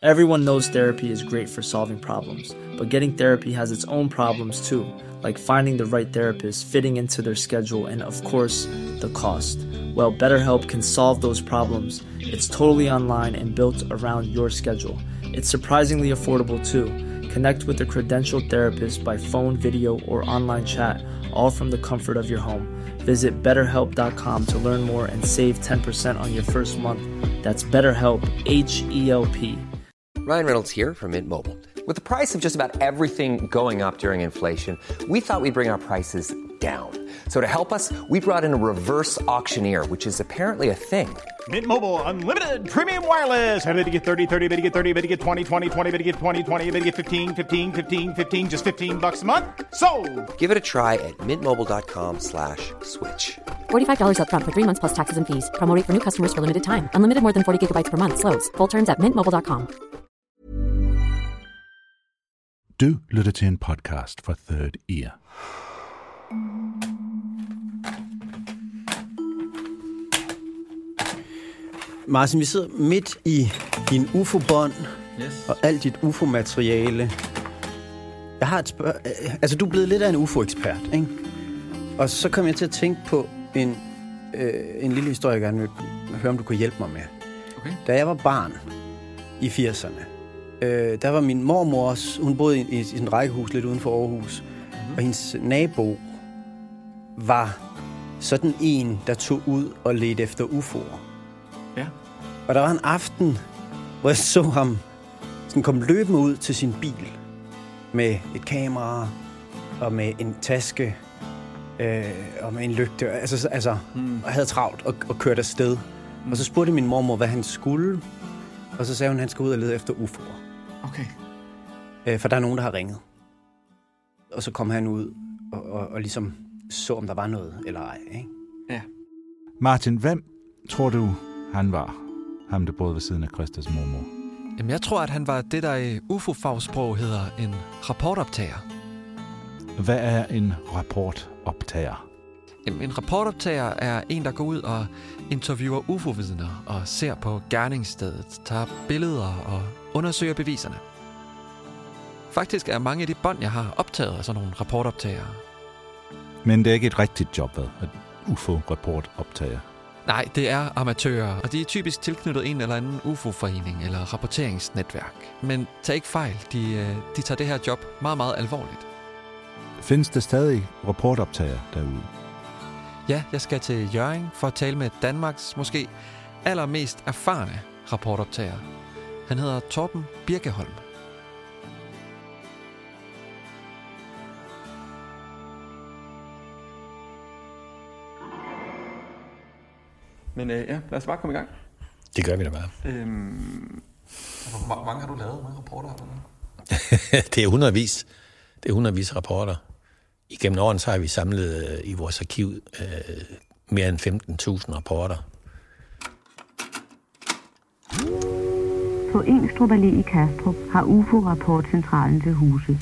Everyone knows therapy is great for solving problems, but getting therapy has its own problems too, like finding the right therapist, fitting into their schedule, and of course, the cost. Well, BetterHelp can solve those problems. It's totally online and built around your schedule. It's surprisingly affordable too. Connect with a credentialed therapist by phone, video, or online chat, all from the comfort of your home. Visit BetterHelp.com to learn more and save 10% on your first month. That's BetterHelp, H-E-L-P. Ryan Reynolds here from Mint Mobile. With the price of just about everything going up during inflation, we thought we'd bring our prices down. So to help us, we brought in a reverse auctioneer, which is apparently a thing. Mint Mobile Unlimited Premium Wireless. How to get 30, 30, how to get 30, how to get 20, 20, 20, how to get 20, 20, how to get 15, 15, 15, 15, just $15 a month? Sold! Give it a try at mintmobile.com/switch. $45 up front for 3 months plus taxes and fees. Promo rate for new customers for limited time. Unlimited more than 40 gigabytes per month. Slows full terms at mintmobile.com. Du lytter til en podcast fra Third Ear. Martin, vi sidder midt i din UFO-bånd og alt dit UFO-materiale. Jeg har altså, du er blevet lidt af en UFO-ekspert, ikke? Og så kom jeg til at tænke på en lille historie, jeg gerne vil høre, om du kunne hjælpe mig med. Okay. Da jeg var barn i 80'erne, der var min mormor, hun boede i et rækkehus lidt uden for Aarhus, og hendes nabo var sådan en, der tog ud og ledte efter UFO'er. Ja. Og der var en aften, hvor jeg så ham sådan komme løbende ud til sin bil med et kamera og med en taske og med en lygte, og havde travlt og kørte afsted. Og så spurgte min mormor, hvad han skulle, og så sagde hun, at han skal ud og lede efter UFO'er. Okay. For der er nogen, der har ringet. Og så kom han ud og ligesom så, om der var noget eller ej, ikke? Ja. Martin, hvem tror du, han var? Ham, der boede ved siden af Christas mormor. Jamen, jeg tror, at han var det, der i UFO-fagsprog hedder en rapportoptager. Hvad er en rapportoptager? Jamen, en rapportoptager er en, der går ud og interviewer UFO-vidner og ser på gerningsstedet, tager billeder og undersøger beviserne. Faktisk er mange af de bånd, jeg har optaget af sådan nogle rapportoptagere. Men det er ikke et rigtigt job, hvad? Et UFO-rapportoptager. Nej, det er amatører, og de er typisk tilknyttet en eller anden UFO-forening eller rapporteringsnetværk. Men tag ikke fejl, de tager det her job meget, meget alvorligt. Findes der stadig rapportoptager derude? Ja, jeg skal til Hjørring for at tale med Danmarks måske allermest erfarne rapportoptager. Han hedder Torben Birkeholm. Men lad os bare komme i gang. Det gør vi da bare. Hvor mange har du lavet? Hvor mange rapporter har du lavet? Det er hundredvis. Det er hundredvis af rapporter. Igennem årene så har vi samlet i vores arkiv mere end 15.000 rapporter. På Engstrup Allé i Kastrup har UFO-rapportcentralen til huse.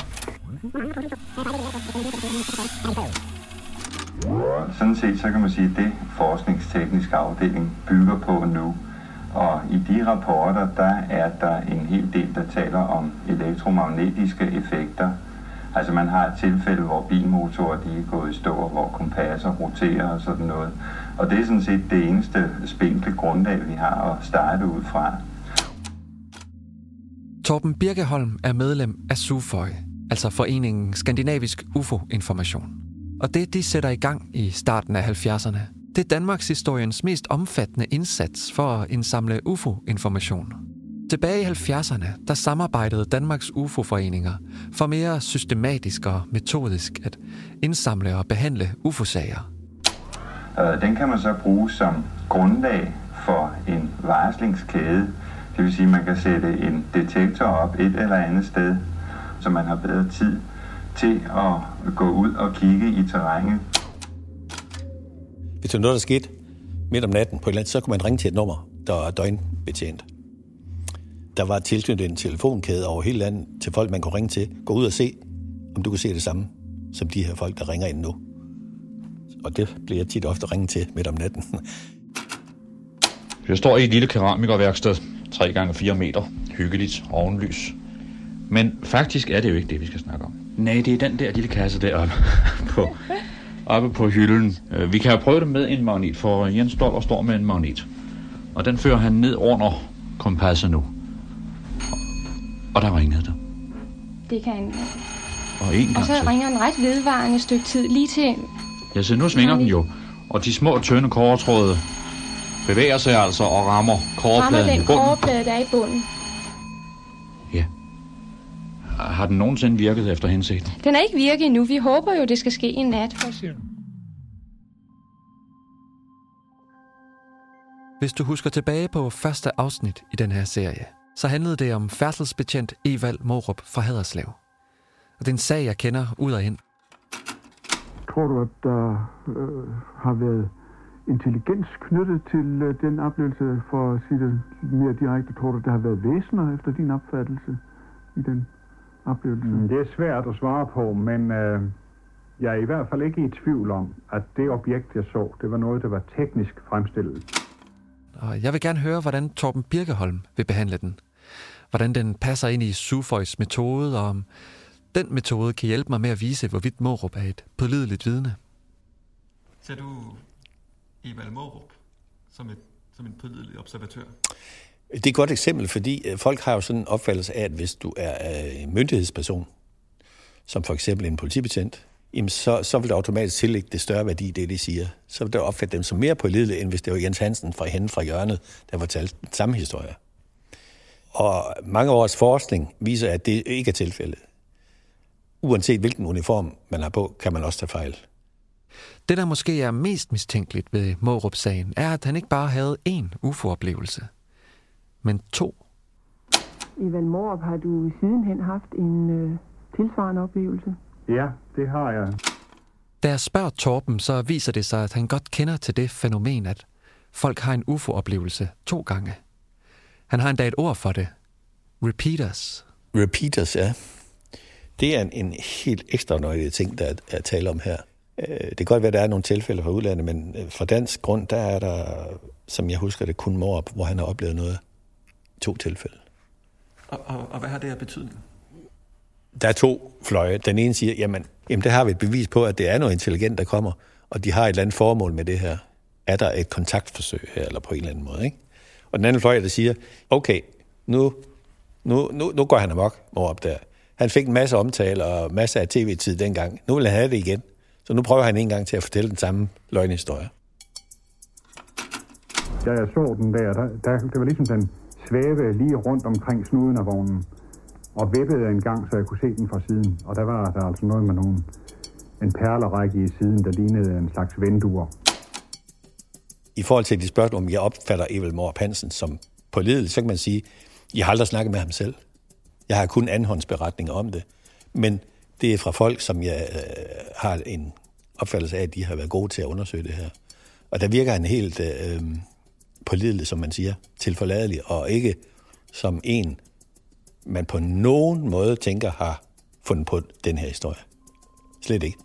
Sådan set, så kan man sige, at det forskningstekniske afdeling bygger på nu. Og i de rapporter, der er der en hel del, der taler om elektromagnetiske effekter. Altså man har et tilfælde, hvor bilmotorer de er gået i stå, hvor kompasser roterer og sådan noget. Og det er sådan set det eneste spinkle grundlag, vi har at starte ud fra. Torben Birkeholm er medlem af SUFOI, altså Foreningen Skandinavisk UFO-information. Og det, de sætter i gang i starten af 70'erne, det er Danmarks historiens mest omfattende indsats for at indsamle UFO-information. Tilbage i 70'erne, der samarbejdede Danmarks UFO-foreninger for mere systematisk og metodisk at indsamle og behandle UFO-sager. Den kan man så bruge som grundlag for en varslingskæde. Det vil sige, at man kan sætte en detektor op et eller andet sted, så man har bedre tid til at gå ud og kigge i terrænet. Hvis der er noget, der skete midt om natten på et eller andet, så kunne man ringe til et nummer, der er døgnbetjent. Der var tilknyttet en telefonkæde over hele landet til folk, man kunne ringe til. Gå ud og se, om du kunne se det samme som de her folk, der ringer ind nu. Og det bliver jeg tit ofte ringet til midt om natten. Jeg står i et lille keramikerværksted, 3x4 meter, hyggeligt ovenlys. Men faktisk er det jo ikke det, vi skal snakke om. Nej, det er den der lille kasse deroppe oppe på hylden. Vi kan jo prøve det med en magnet, for Jens Dollar står med en magnet. Og den fører han ned under kompasset nu. Og der ringede det. Det kan han. Og en gang og så til. ringer han ret vedvarende et stykke tid lige til. Ja, så nu svinger den jo. Og de små tynde kåretråde bevæger sig altså og rammer kårepladen i bunden. Rammer den kåreplade, der er i bunden. Ja. Har den nogensinde virket efter hensigten? Den er ikke virket endnu. Vi håber jo, det skal ske i nat. Hvis du husker tilbage på første afsnit i den her serie, så handlede det om færdselsbetjent Evald Morup fra Haderslev. Og det er en sag, jeg kender ud og ind. Tror du, at der har været intelligens knyttet til den oplevelse, for at sige det mere direkte? Tror du, der har været væsener efter din opfattelse i den oplevelse? Det er svært at svare på, men jeg er i hvert fald ikke i tvivl om, at det objekt, jeg så, det var noget, der var teknisk fremstillet. Og jeg vil gerne høre, hvordan Torben Birkeholm vil behandle den. Hvordan den passer ind i Suføjs metode, og om den metode kan hjælpe mig med at vise, hvorvidt Morup er et pålideligt vidne. Ser du Evald Morup som en pålidelig observatør? Det er et godt eksempel, fordi folk har jo sådan en opfattelse af, at hvis du er en myndighedsperson, som for eksempel en politibetjent, jamen så vil det automatisk tillægge det større værdi, det de siger. Så vil det opfatte dem som mere pålidelige, end hvis det var Jens Hansen fra hjørnet, der fortalte den samme historie. Og mange års forskning viser, at det ikke er tilfældet. Uanset hvilken uniform man har på, kan man også tage fejl. Det, der måske er mest mistænkeligt ved Morup-sagen, er, at han ikke bare havde én UFO-oplevelse, men 2. Evald Morup, har du sidenhen haft en tilsvarende oplevelse? Ja, det har jeg. Da jeg spørger Torben, så viser det sig, at han godt kender til det fænomen, at folk har en UFO-oplevelse 2 gange. Han har endda et ord for det. Repeaters. Repeaters, ja. Det er en helt ekstraordinær ting, der er tale om her. Det kan godt være, at der er nogle tilfælde fra udlandet, men fra dansk grund, der er der, som jeg husker det, kun Morup, hvor han har oplevet noget. 2 tilfælde. Og hvad har det her betydning? Der er 2 fløje. Den ene siger, jamen der har vi et bevis på, at det er noget intelligent, der kommer, og de har et eller andet formål med det her. Er der et kontaktforsøg her, eller på en eller anden måde, ikke? Og den anden fløj, der siger, okay, nu går han amok, Morup der. Han fik en masse omtale og masser af tv-tid dengang. Nu vil han have det igen. Så nu prøver han en gang til at fortælle den samme løgnhistorie. Da jeg så den det var ligesom den svæve lige rundt omkring snuden af vognen. Og vippede en gang, så jeg kunne se den fra siden. Og der var der altså noget med en perlerække i siden, der lignede en slags vinduer. I forhold til de spørgsmål, om jeg opfatter Evald Morup Hansen som pålidelig, så kan man sige, jeg har aldrig snakket med ham selv. Jeg har kun andenhåndsberetninger om det. Men det er fra folk, som jeg har en opfattelse af, at de har været gode til at undersøge det her. Og der virker han helt pålidelig, som man siger, tilforladelig, og ikke som en, man på nogen måde tænker har fundet på den her historie. Slet ikke.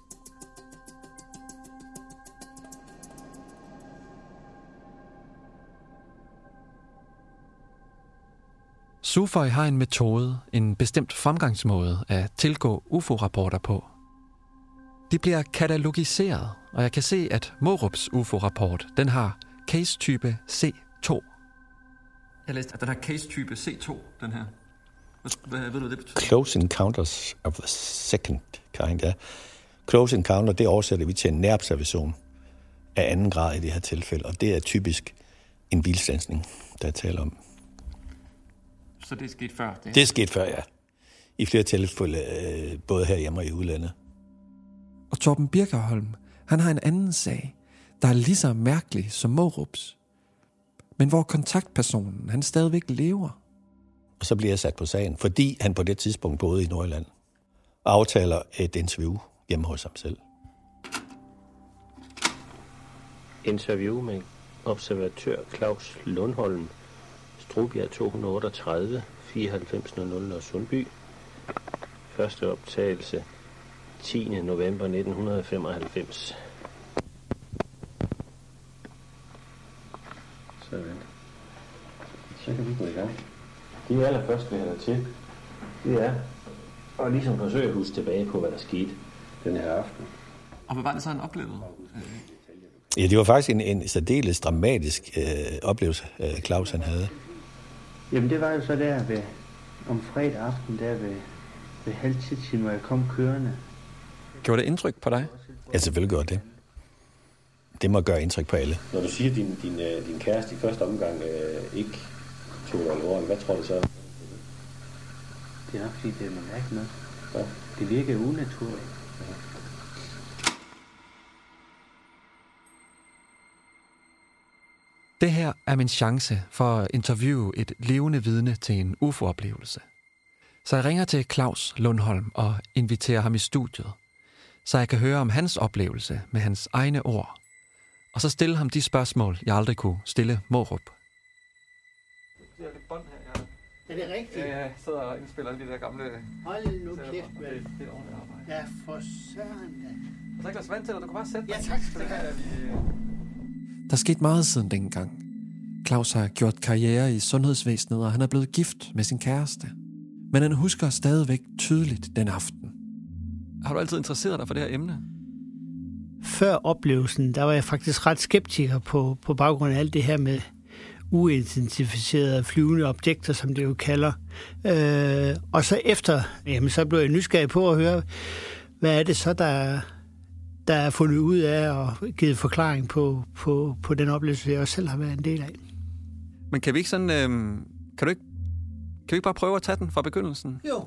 Suføj har en metode, en bestemt fremgangsmåde at tilgå UFO-rapporter på. De bliver katalogiseret, og jeg kan se, at Morups UFO-rapport, den har case-type C2. Jeg læste, at den har case-type C2, den her. Hvad ved du, det betyder? Close Encounters of the Second Kind, ja. Close Encounter, det oversætter vi til en nærobservation af 2. grad i det her tilfælde, og det er typisk en bilstandsning, der er tale om. Så det er sket før? Det er sket før, ja. I flere tilfælde, både herhjemme og i udlandet. Og Torben Birkeholm, han har en anden sag, der er lige så mærkelig som Morups. Men hvor kontaktpersonen, han stadigvæk lever. Og så bliver jeg sat på sagen, fordi han på det tidspunkt boede i Nordjylland. Og aftaler et interview hjemme hos ham selv. Interview med observatør Claus Lundholm, Strubjerg 238, 9400 Sundby. Første optagelse 10. november 1995. Så kan vi gå i gang. Det allerførste, vi hælder til, det er at ligesom forsøge at huske tilbage på, hvad der skete den her aften. Og hvad var det så, han oplevede? Ja, det var faktisk en særdeles dramatisk oplevelse, Claus han havde. Jamen det var jo så der om fredag aften, der ved halvtidstiden, hvor jeg kom kørende. Gjorde det indtryk på dig? Ja, selvfølgelig gjorde det. Det må gøre indtryk på alle. Når du siger, at din kæreste i første omgang ikke tog dig alvorligt, hvad tror du så? Det er nok fordi, det er noget mærkeligt. Ja. Det virker unaturligt. Ja. Det her er min chance for at interviewe et levende vidne til en UFO-oplevelse. Så jeg ringer til Claus Lundholm og inviterer ham i studiet, så jeg kan høre om hans oplevelse med hans egne ord, og så stille ham de spørgsmål, jeg aldrig kunne stille Mårup. Det er lidt bånd her, ja. Er det rigtigt? Ja, jeg sidder og indspiller de der gamle... Hold nu kæft, mand. Det er ordentligt arbejde. Ja, for søren da. Og så er Klaus vant til dig, du kan bare sætte dig. Ja, tak skal du have. Der skete meget siden dengang. Claus har gjort karriere i sundhedsvæsenet, og han er blevet gift med sin kæreste. Men han husker stadigvæk tydeligt den aften. Har du altid interesseret dig for det her emne? Før oplevelsen, der var jeg faktisk ret skeptiker på baggrund af alt det her med uidentificerede flyvende objekter, som det jo kalder. Og så efter, jamen så blev jeg nysgerrig på at høre, hvad er det så, der er fundet ud af og givet forklaring på den oplevelse, jeg også selv har været en del af. Men kan vi ikke sådan, kan vi ikke bare prøve at tage den fra begyndelsen? Jo.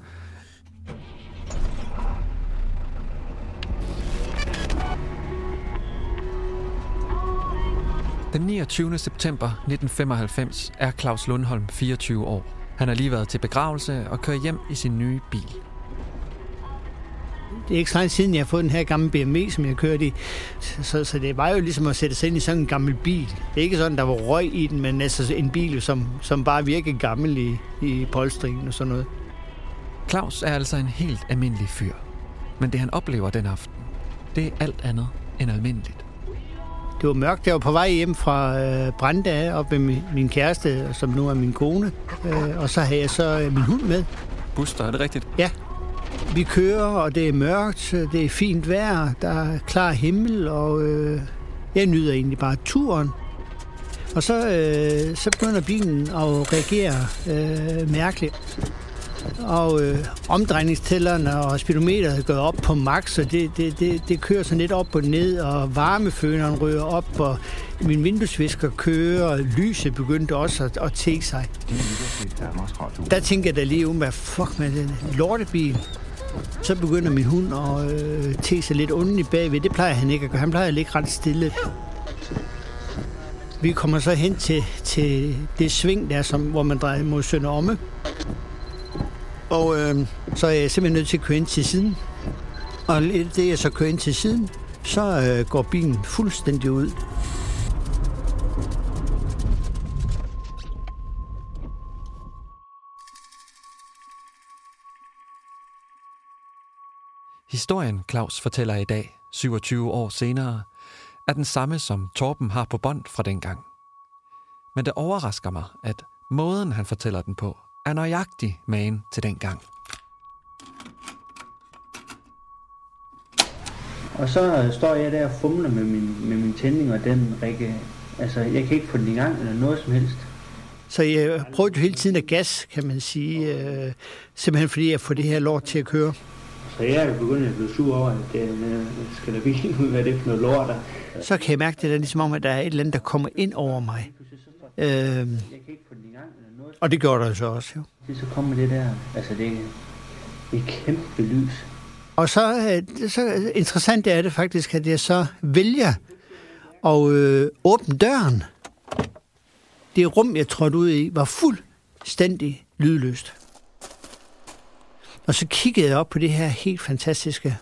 Den 29. september 1995 er Claus Lundholm 24 år. Han har lige været til begravelse og kører hjem i sin nye bil. Det er ikke så lang siden, jeg har fået den her gamle BMW, som jeg kørte i. Så det var jo ligesom at sætte sig ind i sådan en gammel bil. Det er ikke sådan, der var røg i den, men altså en bil, som bare virkede gammel i polstringen og sådan noget. Claus er altså en helt almindelig fyr. Men det, han oplever den aften, det er alt andet end almindeligt. Det var mørkt. Jeg var på vej hjem fra Brande op med min kæreste, som nu er min kone. Og så havde jeg så min hund med. Buster, er det rigtigt? Ja. Vi kører, og det er mørkt, det er fint vejr, der er klar himmel, og jeg nyder egentlig bare turen. Og så begynder bilen at reagere mærkeligt. Og omdrejningstællerne og speedometeret går op på max, og det kører sådan lidt op og ned, og varmeføneren rører op, og min vinduesvisker kører, og lyset begyndte også at tække sig. Der tænker jeg da lige hvad fuck med den lortebil. Så begynder min hund at tække sig lidt underligt bagved. Det plejer han ikke at gøre. Han plejer at ligge ret stille. Vi kommer så hen til det sving der, hvor man drejer mod Sønder Omme. Og så er jeg simpelthen nødt til at køre ind til siden. Og det jeg så kører ind til siden, så går bilen fuldstændig ud. Historien, Claus fortæller i dag, 27 år senere, er den samme, som Torben har på bånd fra dengang. Men det overrasker mig, at måden, han fortæller den på, er nøjagtig magen til dengang. Og så står jeg der og fumler med min tænding, og den række, altså jeg kan ikke få den i gang eller noget som helst. Så jeg prøvede jo hele tiden at gas, kan man sige, simpelthen fordi jeg får det her lort til at køre. Så jeg er jo begyndt at blive sur over, at det skal der virkelig ud, hvad det er for noget lort der. Så kan jeg mærke, det er ligesom om, at der er et eller andet, der kommer ind over mig. Og det gjorde der så også, jo. Det så kommer det der, altså det er et kæmpe lys. Og så interessant er det faktisk, at jeg så vælger at åbne døren. Det rum, jeg trådte ud i, var fuldstændig lydløst. Og så kiggede jeg op på det her helt fantastiske.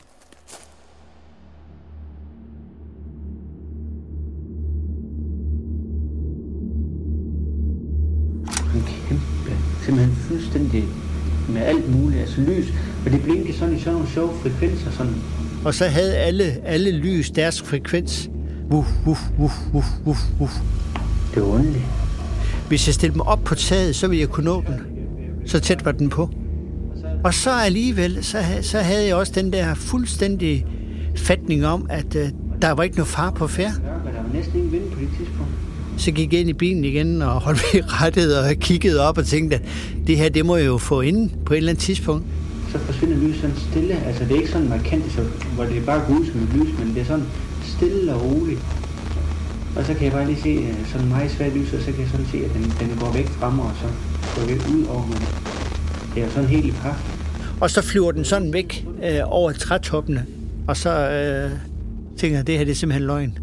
En kæmpe, simpelthen fuldstændig med alt muligt, altså lys. Og det blinkede sådan i sådan nogle sjove frekvenser. Sådan. Og så havde alle lys deres frekvens. Wuff, wuff, wuff, wuff, wuff, wuff. Det var underligt. Hvis jeg stillede mig op på taget, så ville jeg kunne nå den. Så tæt var den på. Og så alligevel, så havde jeg også den der fuldstændig fatning om, at der var ikke noget far på færd. Men der var næsten ingen vind på det tidspunkt. Så gik jeg ind i bilen igen og holdt mig i rettet og kiggede op og tænkte, at det her, det må jeg jo få inde på et eller andet tidspunkt. Så forsvinder lyset sådan stille. Altså det er ikke sådan markant, hvor det er bare går ud som et lys, men det er sådan stille og roligt. Og så kan jeg bare lige se sådan meget svært lys, og så kan jeg sådan se, at den går væk frem og så går væk ud over mig. Det er sådan helt i par. Og så flyver den sådan væk over trætoppene, og så tænker jeg, at det her det er simpelthen løgn.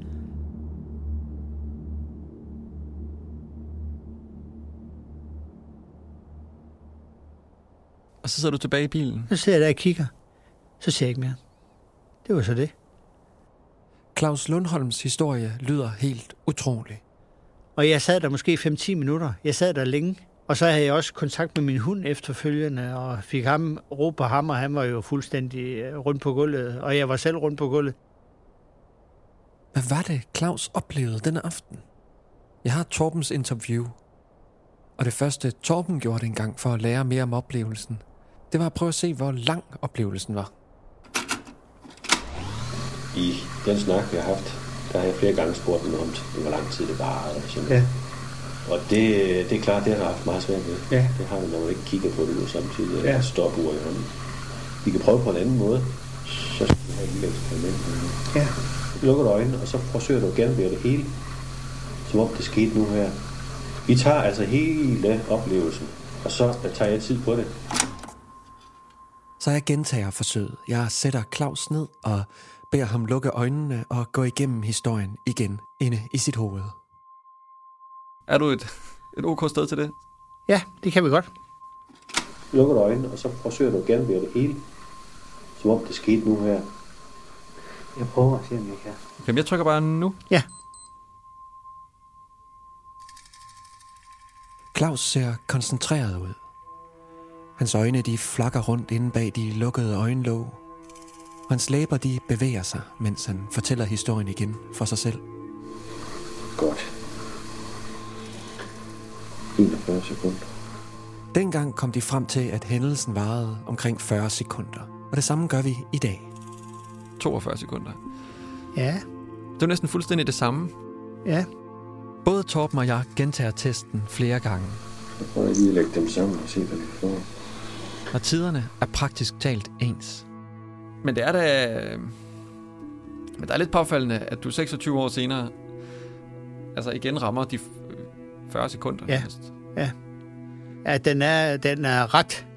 Og så sidder du tilbage i bilen? Så sidder jeg der og kigger. Så ser jeg ikke mere. Det var så det. Claus Lundholms historie lyder helt utrolig. Og jeg sad der måske 5-10 minutter. Jeg sad der længe. Og så havde jeg også kontakt med min hund efterfølgende, og fik ham råb på ham, og han var jo fuldstændig rundt på gulvet, og jeg var selv rundt på gulvet. Hvad var det, Claus oplevede denne aften? Jeg har Torbens interview, og det første Torben gjorde dengang for at lære mere om oplevelsen, det var at prøve at se, hvor lang oplevelsen var. I den snak, vi har haft, der har jeg flere gange spurgt dem om, hvor lang tid det varede. Ja. Og det er klart, det har jeg haft meget svært ved. Ja. Det har man, når man ikke kigger på det samtidig, ja. Og stopur i hånden. Vi kan prøve på en anden måde, så skal vi have et lille eksperiment. Ja. Du lukker øjnene, og så forsøger du at gennemføre det hele, som om det skete nu her. Vi tager altså hele oplevelsen, og så tager jeg tid på det. Så jeg gentager forsøget. Jeg sætter Claus ned og beder ham lukke øjnene og gå igennem historien igen inde i sit hoved. Er du et ok sted til det? Ja, det kan vi godt. Du lukker øjnene, og så forsøger du at gennemføre det hele, som om det skete nu her. Jeg prøver at se, om jeg kan. Jamen, jeg trykker bare nu. Ja. Claus ser koncentreret ud. Hans øjne, de flakker rundt inde bag de lukkede øjenlåg. Hans læber, de bevæger sig, mens han fortæller historien igen for sig selv. Godt. 41 sekunder. Dengang kom de frem til, at hændelsen varede omkring 40 sekunder. Og det samme gør vi i dag. 42 sekunder. Ja. Det er næsten fuldstændig det samme. Ja. Både Torben og jeg gentager testen flere gange. Jeg prøver lige at lægge dem sammen og se, hvad vi får. Og tiderne er praktisk talt ens. Men det er da lidt påfaldende, at du 26 år senere altså igen rammer de 40 sekunder. Ja, ja. Ja, den er ret.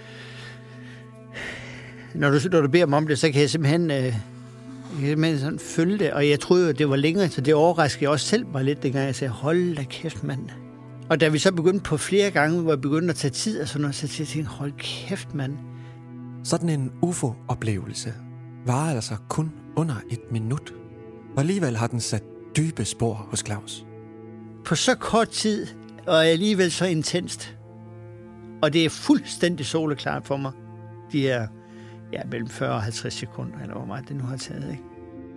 Når du beder mig om det, så kan jeg simpelthen sådan følge det. Og jeg troede jo, det var længere, så det overraskede jeg også selv mig lidt, dengang jeg sagde, hold da kæft, mand. Og da vi så begyndte på flere gange, hvor jeg begyndte at tage tid og sådan noget, så tænkte jeg, hold kæft, mand. Sådan en UFO-oplevelse varer altså kun under 1 minut. Og alligevel har den sat dybe spor hos Claus. På så kort tid, og alligevel så intenst. Og det er fuldstændig soleklart for mig. De her, mellem 40 og 50 sekunder, eller hvor meget det nu har taget, ikke?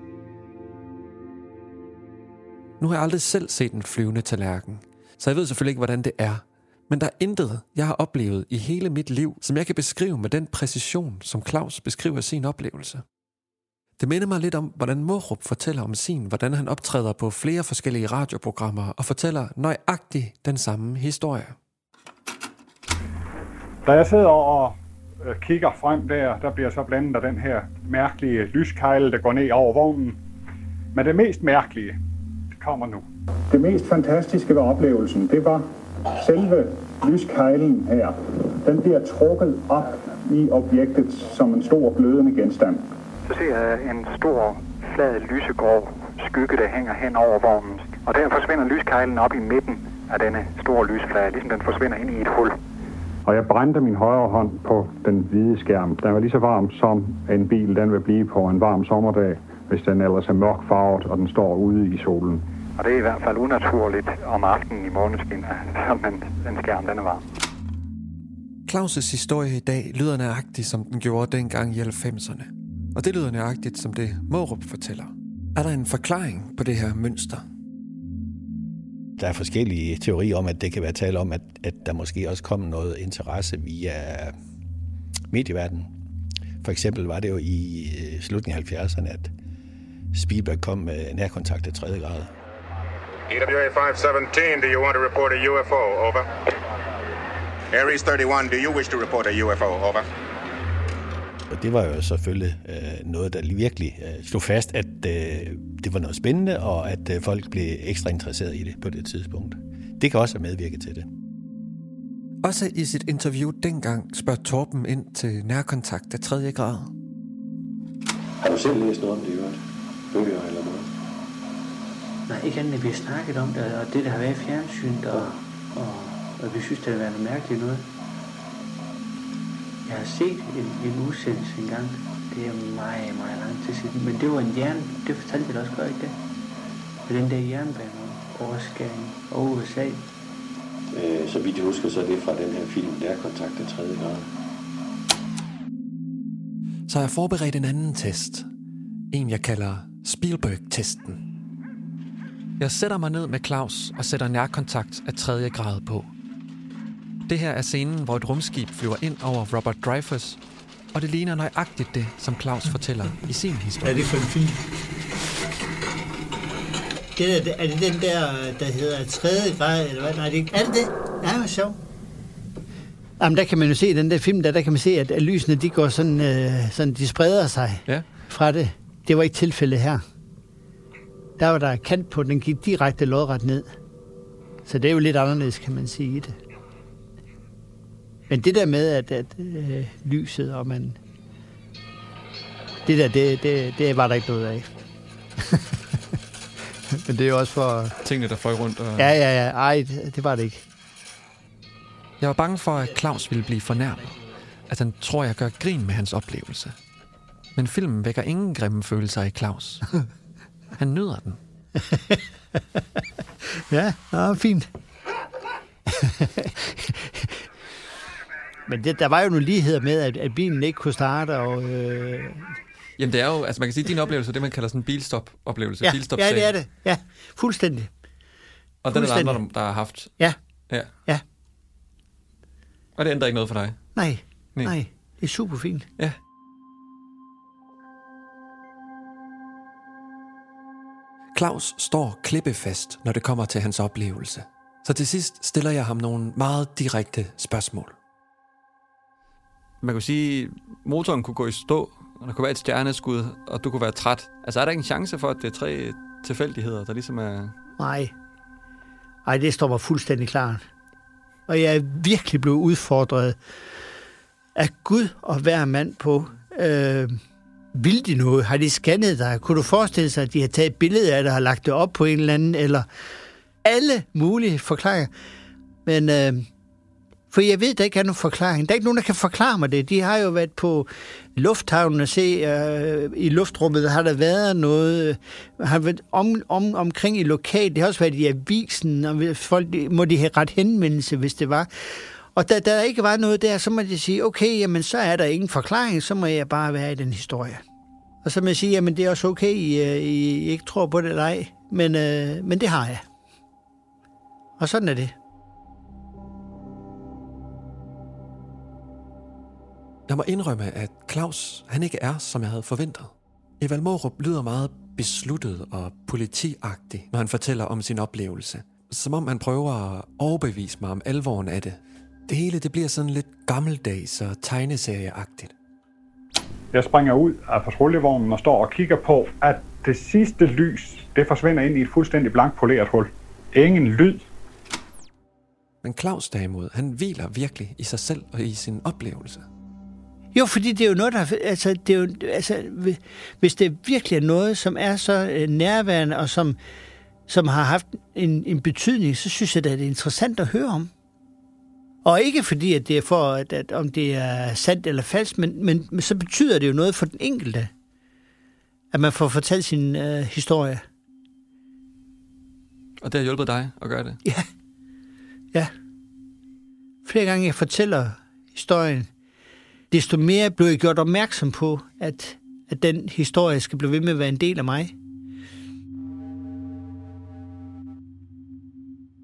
Nu har jeg aldrig selv set en flyvende tallerken, så jeg ved selvfølgelig ikke, hvordan det er. Men der er intet, jeg har oplevet i hele mit liv, som jeg kan beskrive med den præcision, som Claus beskriver sin oplevelse. Det minder mig lidt om, hvordan Mårup fortæller om hvordan han optræder på flere forskellige radioprogrammer og fortæller nøjagtigt den samme historie. Da jeg sidder og kigger frem der bliver så blandet af den her mærkelige lyskejle, der går ned over vognen. Men det mest mærkelige, det kommer nu. Det mest fantastiske ved oplevelsen, det var selve lyskejlen her. Den bliver trukket op i objektet som en stor glødende genstand. Så ser jeg en stor, flad, lysegrå skygge, der hænger hen over vognen. Og der forsvinder lyskejlen op i midten af denne store lysflade, ligesom den forsvinder ind i et hul. Og jeg brændte min højre hånd på den hvide skærm. Den var lige så varm som en bil, den vil blive på en varm sommerdag, hvis den ellers er mørk farvet, og den står ude i solen. Og det er i hvert fald unaturligt om aftenen i måneskin, at den skærm den er varm. Claus' historie i dag lyder nøjagtigt, som den gjorde dengang i 90'erne. Og det lyder nøjagtigt, som det Mårup fortæller. Er der en forklaring på det her mønster? Der er forskellige teorier om, at det kan være tale om, at der måske også kom noget interesse via medieverdenen. For eksempel var det jo i slutningen af 70'erne, at Spielberg kom med nærkontakt af 3. grad. EWA 517, do you want to report a UFO? Over. Ares 31, do you wish to report a UFO? Over. Og det var jo selvfølgelig noget, der virkelig slog fast, at det var noget spændende, og at folk blev ekstra interesseret i det på det tidspunkt. Det kan også have medvirket til det. Også i sit interview dengang spørger Torben ind til nærkontakt af 3. grad. Har du selv læst noget om det, Jørgen? Bøger eller noget? Nej, ikke andet, vi har snakket om det, og det, der har været i fjernsynet, og vi synes, det har været noget mærkeligt noget. Jeg har set en udsendelse engang. Det er meget, meget lang tid siden. Men det var en det fortalte jeg da også godt, ikke det? Med den der jernbaneoverskæring over USA. Så vidt jeg husker, så er det fra den her film, Nærkontakt af 3. grad. Så har jeg forberedt en anden test. En, jeg kalder Spielberg-testen. Jeg sætter mig ned med Claus og sætter nærkontakt af 3. grad på. Det her er scenen, hvor et rumskib flyver ind over Robert Dreyfuss, og det ligner nøjagtigt det, som Claus fortæller i sin historie. Er det for en film? Er det den der hedder 3. grad, eller hvad? Nej, det er det det? Ja, hvor sjovt. Jamen, der kan man jo se, den der film, der kan man se, at lysene, de går sådan de spreder sig fra det. Det var ikke tilfældet her. Der var der kant på, den gik direkte lodret ned. Så det er jo lidt anderledes, kan man sige i det. Men det der med, at lyset og man... Det der, det var der ikke noget af. Men det er jo også for... Tingene, der fløj rundt og... Ja. Ej, det var det ikke. Jeg var bange for, at Claus ville blive fornærmet. At han tror, jeg gør grin med hans oplevelse. Men filmen vækker ingen grimme følelser i Claus. Han nyder den. Ja, fint. Men der var jo nogle ligheder med, at bilen ikke kunne starte, og... Jamen det er jo, altså man kan sige, at din oplevelse er det, man kalder sådan en bilstop-oplevelse. Ja, ja, det er det. Ja, fuldstændig. Og den er der andre, der har haft. Ja. Og det ændrer ikke noget for dig? Nej. Det er super fint. Ja. Claus står klippefast, når det kommer til hans oplevelse. Så til sidst stiller jeg ham nogle meget direkte spørgsmål. Man kunne sige, at motoren kunne gå i stå, og der kunne være et stjerneskud, og du kunne være træt. Altså er der ikke en chance for, at det er 3 tilfældigheder, der ligesom er... Nej, det står mig fuldstændig klart. Og jeg er virkelig blevet udfordret af Gud og hver mand på... Vil de noget? Har de scannet dig? Kunne du forestille sig, at de har taget et billede af det og har lagt det op på en eller anden? Eller alle mulige forklaringer. Men for jeg ved, der ikke er nogen forklaring. Der er ikke nogen, der kan forklare mig det. De har jo været på lufthavnen og se, i luftrummet, der har der været noget, har været omkring i lokalt. Det har også været i avisen, og folk må de have ret henvendelse, hvis det var. Og da der ikke var noget der, så må de sige, okay, jamen så er der ingen forklaring, så må jeg bare være i den historie. Og så må jeg sige, jamen det er også okay, I ikke tror på det eller ej, men det har jeg. Og sådan er det. Jeg må indrømme, at Claus, han ikke er, som jeg havde forventet. Evald Mårup lyder meget besluttet og politiagtig, når han fortæller om sin oplevelse. Som om han prøver at overbevise mig om alvoren af det. Det hele, det bliver sådan lidt gammeldags og tegneserieagtigt. Jeg springer ud af patruljevognen og står og kigger på, at det sidste lys, det forsvinder ind i et fuldstændig blankt poleret hul. Ingen lyd. Men Claus derimod, han hviler virkelig i sig selv og i sin oplevelse. Jo, fordi det er jo noget, der... hvis det virkelig er noget, som er så nærværende og som har haft en betydning, så synes jeg, at det er interessant at høre om. Og ikke fordi, at det er for, at om det er sandt eller falsk, men så betyder det jo noget for den enkelte, at man får fortalt sin historie. Og det har hjulpet dig at gøre det? Ja. Flere gange jeg fortæller historien, desto mere bliver jeg gjort opmærksom på, at den historie skal blive ved med at være en del af mig.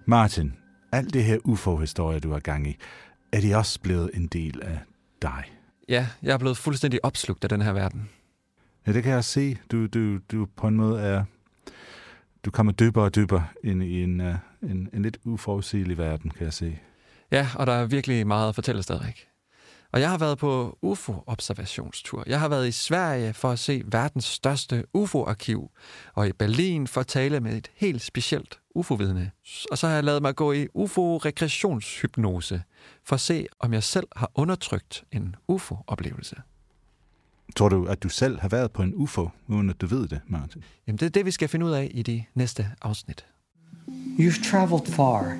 Martin, alt det her UFO-historie, du har gang i, er de også blevet en del af dig? Ja, jeg er blevet fuldstændig opslugt af den her verden. Ja, det kan jeg se. Du på en måde er... Du kommer dybere og dybere ind i en lidt uforudsigelig verden, kan jeg se. Ja, og der er virkelig meget at fortælle stadig. Og jeg har været på UFO-observationstur. Jeg har været i Sverige for at se verdens største UFO-arkiv, og i Berlin for at tale med et helt specielt UFO-vidne. Og så har jeg ladet mig gå i UFO-regressionshypnose for at se, om jeg selv har undertrykt en UFO-oplevelse. Tror du, at du selv har været på en UFO, uden at du ved det, Martin? Jamen, det er det, vi skal finde ud af i de næste afsnit. You've traveled far.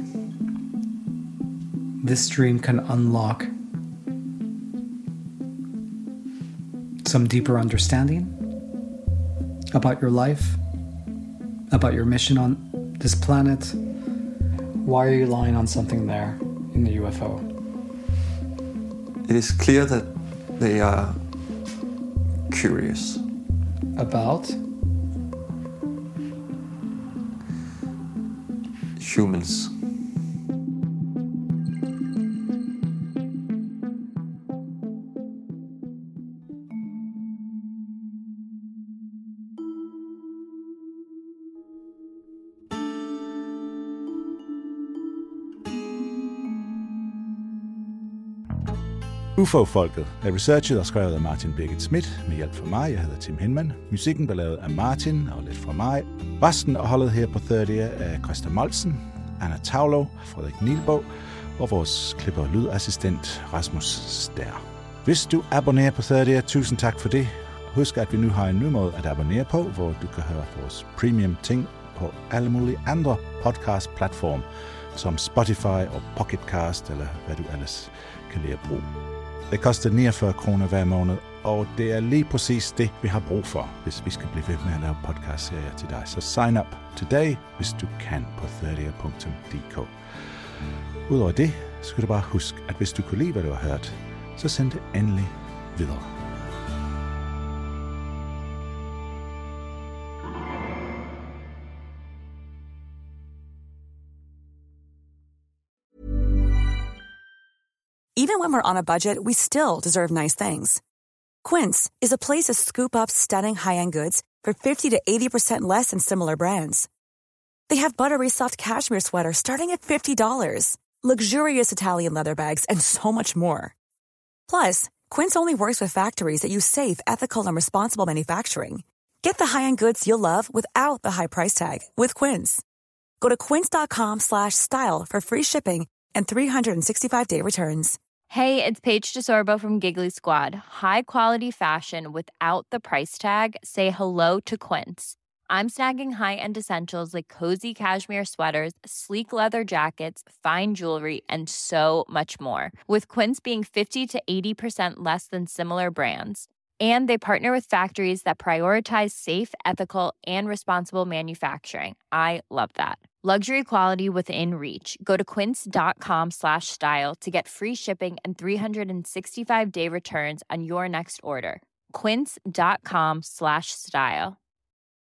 This dream can unlock some deeper understanding about your life, about your mission on this planet. Why are you lying on something there in the UFO? It is clear that they are curious. About? Humans. UFO-folket er researchet og skrevet af Martin Birgit Schmidt med hjælp fra mig. Jeg hedder Tim Hinman. Musikken blev lavet af Martin og lidt fra mig. Resten af holdet her på 30 er Christa Molsen, Anna Tavlov, Frederik Nielbo og vores klipper og lydassistent Rasmus Stær. Hvis du abonnerer på 30, tusind tak for det. Husk, at vi nu har en ny måde at abonnere på, hvor du kan høre vores premium ting på alle mulige andre podcast-platforme, som Spotify og Pocketcast, eller hvad du ellers kan lide at bruge. Det koster 49 kroner hver måned, og det er lige præcis det, vi har brug for, hvis vi skal blive ved med at lave podcast-serier til dig. Så sign up today, hvis du kan, på 30.dk. Udover det, skal du bare huske, at hvis du kunne lide, hvad du har hørt, så send det endelig videre. Even when we're on a budget, we still deserve nice things. Quince is a place to scoop up stunning high-end goods for 50 to 80% less than similar brands. They have buttery soft cashmere sweaters starting at $50, luxurious Italian leather bags, and so much more. Plus, Quince only works with factories that use safe, ethical, and responsible manufacturing. Get the high-end goods you'll love without the high price tag with Quince. Go to quince.com/style for free shipping and 365-day returns. Hey, it's Paige DeSorbo from Giggly Squad. High quality fashion without the price tag. Say hello to Quince. I'm snagging high-end essentials like cozy cashmere sweaters, sleek leather jackets, fine jewelry, and so much more. With Quince being 50 to 80% less than similar brands. And they partner with factories that prioritize safe, ethical, and responsible manufacturing. I love that. Luxury quality within reach. Go to quince.com/style to get free shipping and 365-day returns on your next order. Quince.com/style.